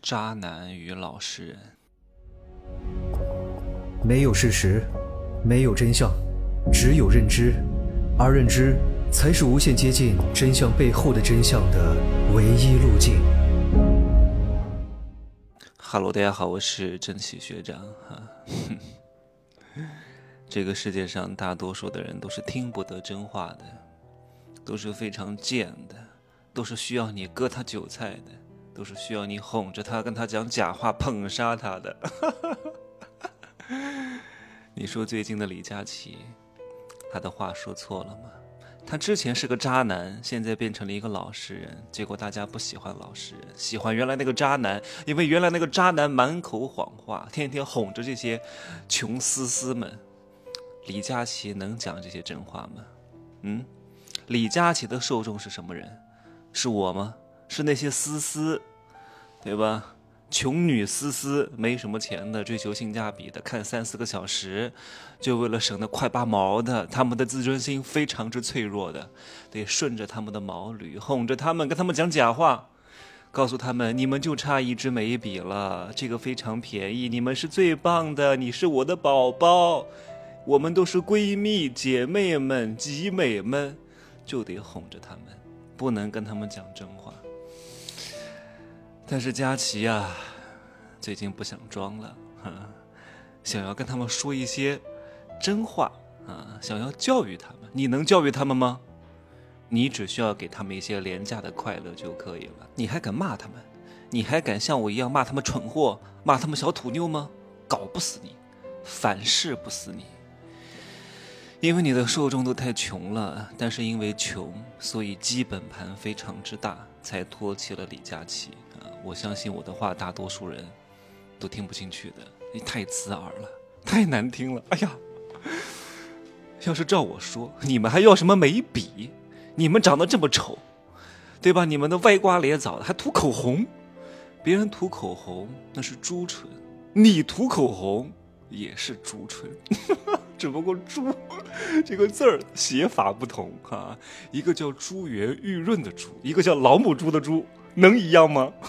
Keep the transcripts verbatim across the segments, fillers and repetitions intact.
渣男与老实人。 没有事实，没有真相，只有认知，而认知才是无限接近真相背后的真相的唯一路径。 哈喽，大家好，我是真奇学长哈。这个世界上大多数的人都是听不得真话的，都是非常贱的，都是需要你割他韭菜的，都是需要你哄着他跟他讲假话捧杀他的。你说最近的李佳琦，他的话说错了吗？他之前是个渣男，现在变成了一个老实人，结果大家不喜欢老实人，喜欢原来那个渣男，因为原来那个渣男满口谎话，天天哄着这些穷丝丝们。李佳琦能讲这些真话吗？嗯，李佳琦的受众是什么人？是我吗？是那些丝丝，对吧？穷女丝丝，没什么钱的，追求性价比的，看三四个小时，就为了省得快八毛的，他们的自尊心非常之脆弱的，得顺着他们的毛驴，哄着他们，跟他们讲假话，告诉他们你们就差一支眉笔了，这个非常便宜，你们是最棒的，你是我的宝宝，我们都是闺蜜姐妹们集美们，就得哄着他们，不能跟他们讲真话。但是佳琦啊，最近不想装了，啊，想要跟他们说一些真话啊，想要教育他们。你能教育他们吗？你只需要给他们一些廉价的快乐就可以了。你还敢骂他们？你还敢像我一样骂他们蠢货，骂他们小土妞吗？搞不死你，反噬不死你。因为你的受众都太穷了，但是因为穷，所以基本盘非常之大，才托起了李佳琦啊！我相信我的话，大多数人都听不进去的，你太刺耳了，太难听了。哎呀，要是照我说，你们还要什么眉笔？你们长得这么丑，对吧？你们的歪瓜裂枣的，还涂口红，别人涂口红那是朱唇，你涂口红也是朱唇。只不过朱这个字儿写法不同啊，一个叫珠圆玉润的珠，一个叫老母猪的猪，能一样吗？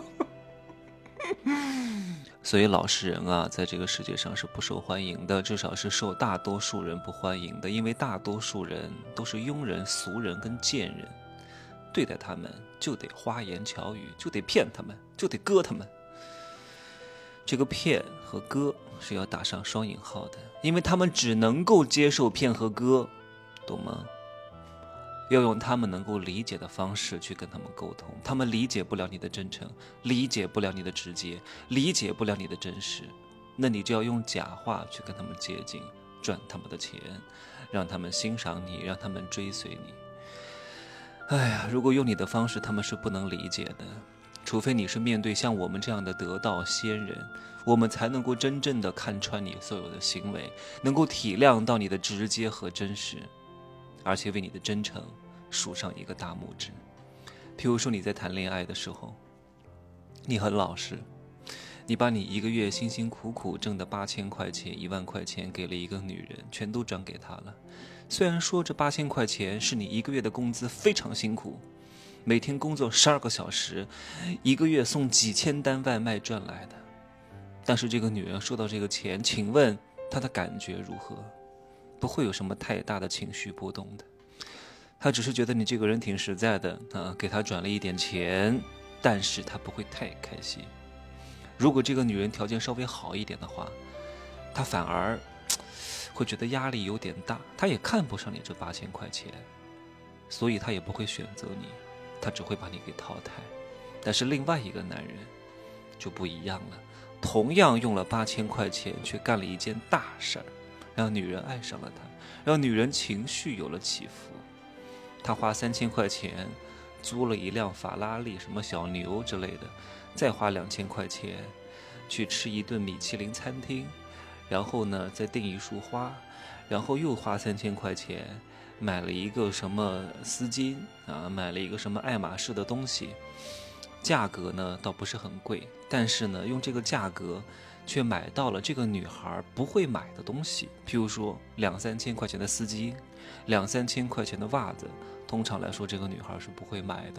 所以老实人啊，在这个世界上是不受欢迎的，至少是受大多数人不欢迎的，因为大多数人都是庸人、俗人跟贱人，对待他们就得花言巧语，就得骗他们，就得割他们。这个骗和割是要打上双引号的，因为他们只能够接受骗和割，懂吗？要用他们能够理解的方式去跟他们沟通，他们理解不了你的真诚，理解不了你的直接，理解不了你的真实，那你就要用假话去跟他们接近，赚他们的钱，让他们欣赏你，让他们追随你。哎呀，如果用你的方式，他们是不能理解的。除非你是面对像我们这样的得道仙人，我们才能够真正的看穿你所有的行为，能够体谅到你的直接和真实，而且为你的真诚竖上一个大拇指。譬如说你在谈恋爱的时候，你很老实，你把你一个月辛辛苦苦挣的八千块钱、一万块钱给了一个女人，全都转给她了。虽然说这八千块钱是你一个月的工资，非常辛苦，每天工作十二个小时，一个月送几千单外卖赚来的，但是这个女人收到这个钱，请问她的感觉如何？不会有什么太大的情绪波动的，她只是觉得你这个人挺实在的啊，给她转了一点钱，但是她不会太开心。如果这个女人条件稍微好一点的话，她反而会觉得压力有点大，她也看不上你这八千块钱，所以她也不会选择你，他只会把你给淘汰。但是另外一个男人就不一样了，同样用了八千块钱，却干了一件大事儿，让女人爱上了他，让女人情绪有了起伏。他花三千块钱租了一辆法拉利，什么小牛之类的，再花两千块钱去吃一顿米其林餐厅，然后呢再订一束花，然后又花三千块钱买了一个什么丝巾啊，买了一个什么爱马仕的东西，价格呢倒不是很贵，但是呢用这个价格却买到了这个女孩不会买的东西，譬如说两三千块钱的丝巾，两三千块钱的袜子，通常来说这个女孩是不会买的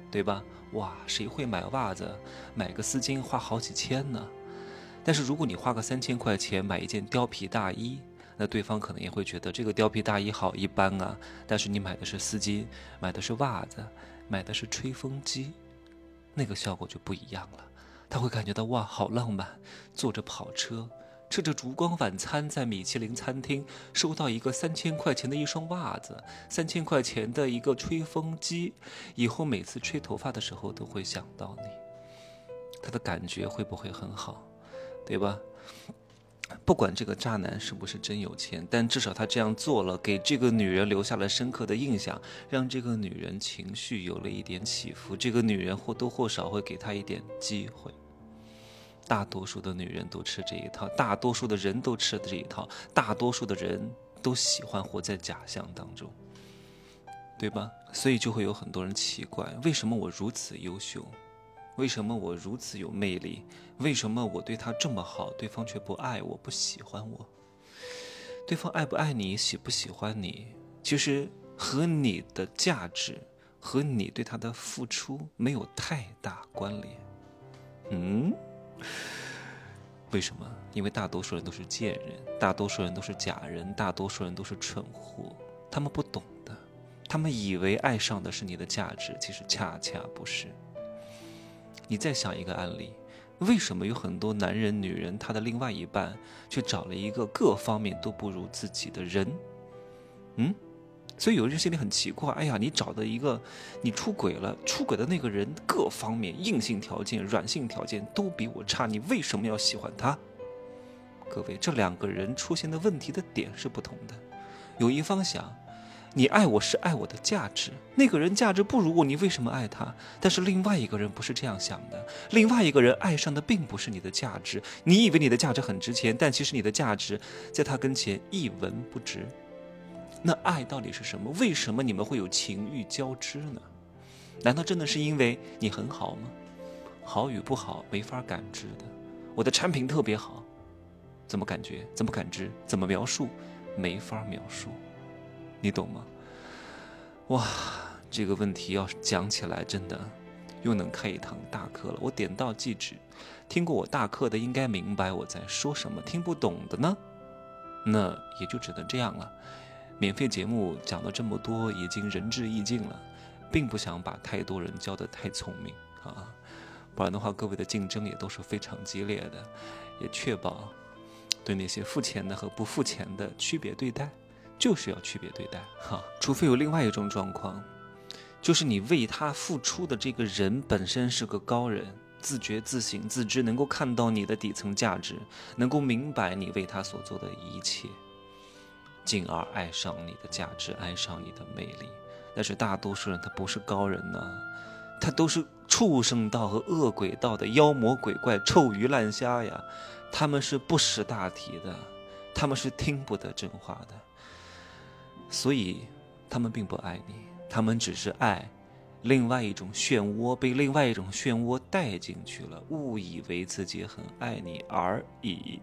对吧？哇，谁会买袜子？买个丝巾花好几千呢？但是如果你花个三千块钱买一件貂皮大衣，那对方可能也会觉得这个貂皮大衣好一般啊。但是你买的是丝巾，买的是袜子，买的是吹风机，那个效果就不一样了。他会感觉到哇，好浪漫，坐着跑车，吃着烛光晚餐，在米其林餐厅收到一个三千块钱的一双袜子，三千块钱的一个吹风机，以后每次吹头发的时候都会想到你，他的感觉会不会很好？对吧？不管这个渣男是不是真有钱，但至少他这样做了，给这个女人留下了深刻的印象，让这个女人情绪有了一点起伏，这个女人或多或少会给他一点机会。大多数的女人都吃这一套，大多数的人都吃这一套，大多数的人都喜欢活在假象当中，对吧？所以就会有很多人奇怪，为什么我如此优秀？为什么我如此有魅力？为什么我对他这么好，对方却不爱我，不喜欢我？对方爱不爱你，喜不喜欢你，其实和你的价值和你对他的付出没有太大关联。嗯，为什么？因为大多数人都是贱人，大多数人都是假人，大多数人都是蠢货，他们不懂的，他们以为爱上的是你的价值，其实恰恰不是。你再想一个案例，为什么有很多男人女人他的另外一半却找了一个各方面都不如自己的人？嗯，所以有人心里很奇怪，哎呀，你找的一个你出轨了，出轨的那个人各方面硬性条件软性条件都比我差，你为什么要喜欢他？各位，这两个人出现的问题的点是不同的。有一方想，你爱我是爱我的价值，那个人价值不如我，你为什么爱他？但是另外一个人不是这样想的，另外一个人爱上的并不是你的价值，你以为你的价值很值钱，但其实你的价值在他跟前一文不值。那爱到底是什么？为什么你们会有情欲交织呢？难道真的是因为你很好吗？好与不好没法感知的。我的产品特别好，怎么感觉？怎么感知？怎么描述？没法描述。你懂吗？哇，这个问题要是讲起来真的又能开一堂大课了。我点到即止，听过我大课的应该明白我在说什么，听不懂的呢，那也就只能这样了。免费节目讲了这么多，已经仁至义尽了，并不想把太多人教得太聪明啊，不然的话各位的竞争也都是非常激烈的，也确保对那些付钱的和不付钱的区别对待，就是要区别对待哈。除非有另外一种状况，就是你为他付出的这个人本身是个高人，自觉自省自知，能够看到你的底层价值，能够明白你为他所做的一切，进而爱上你的价值，爱上你的魅力。但是大多数人他不是高人呢、啊，他都是畜生道和恶鬼道的妖魔鬼怪、臭鱼烂虾呀，他们是不识大体的，他们是听不得真话的，所以他们并不爱你，他们只是爱另外一种漩涡，被另外一种漩涡带进去了，误以为自己很爱你而已。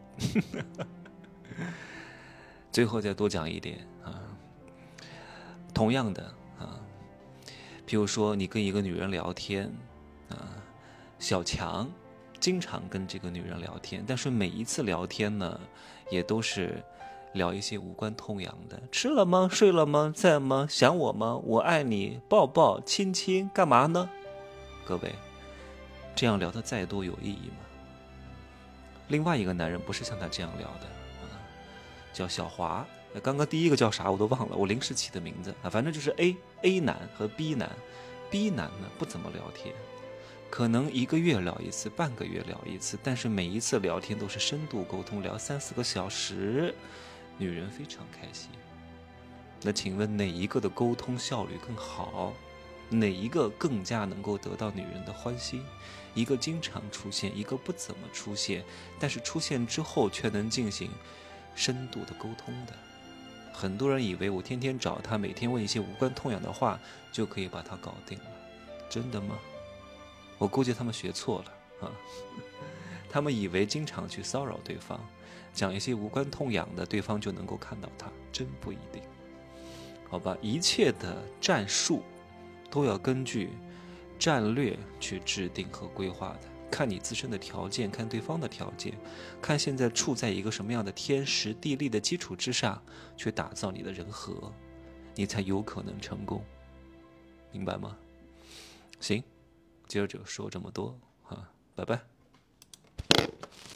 最后再多讲一点啊，同样的啊，譬如说你跟一个女人聊天啊，小强经常跟这个女人聊天，但是每一次聊天呢，也都是聊一些无关痛痒的，吃了吗？睡了吗？在吗？想我吗？我爱你，抱抱，亲亲，干嘛呢？各位，这样聊的再多有意义吗？另外一个男人不是像他这样聊的。叫小华，刚刚第一个叫啥我都忘了，我临时起的名字啊，反正就是 A A 男和 B 男 ，B 男呢不怎么聊天，可能一个月聊一次，半个月聊一次，但是每一次聊天都是深度沟通，聊三四个小时，女人非常开心。那请问哪一个的沟通效率更好？哪一个更加能够得到女人的欢心？一个经常出现，一个不怎么出现，但是出现之后却能进行深度的沟通的。很多人以为我天天找他，每天问一些无关痛痒的话就可以把他搞定了，真的吗？我估计他们学错了啊！他们以为经常去骚扰对方，讲一些无关痛痒的，对方就能够看到他，真不一定。好吧，一切的战术都要根据战略去制定和规划的，看你自身的条件，看对方的条件，看现在处在一个什么样的天时地利的基础之上去打造你的人和，你才有可能成功，明白吗？行，今儿就说这么多啊，拜拜。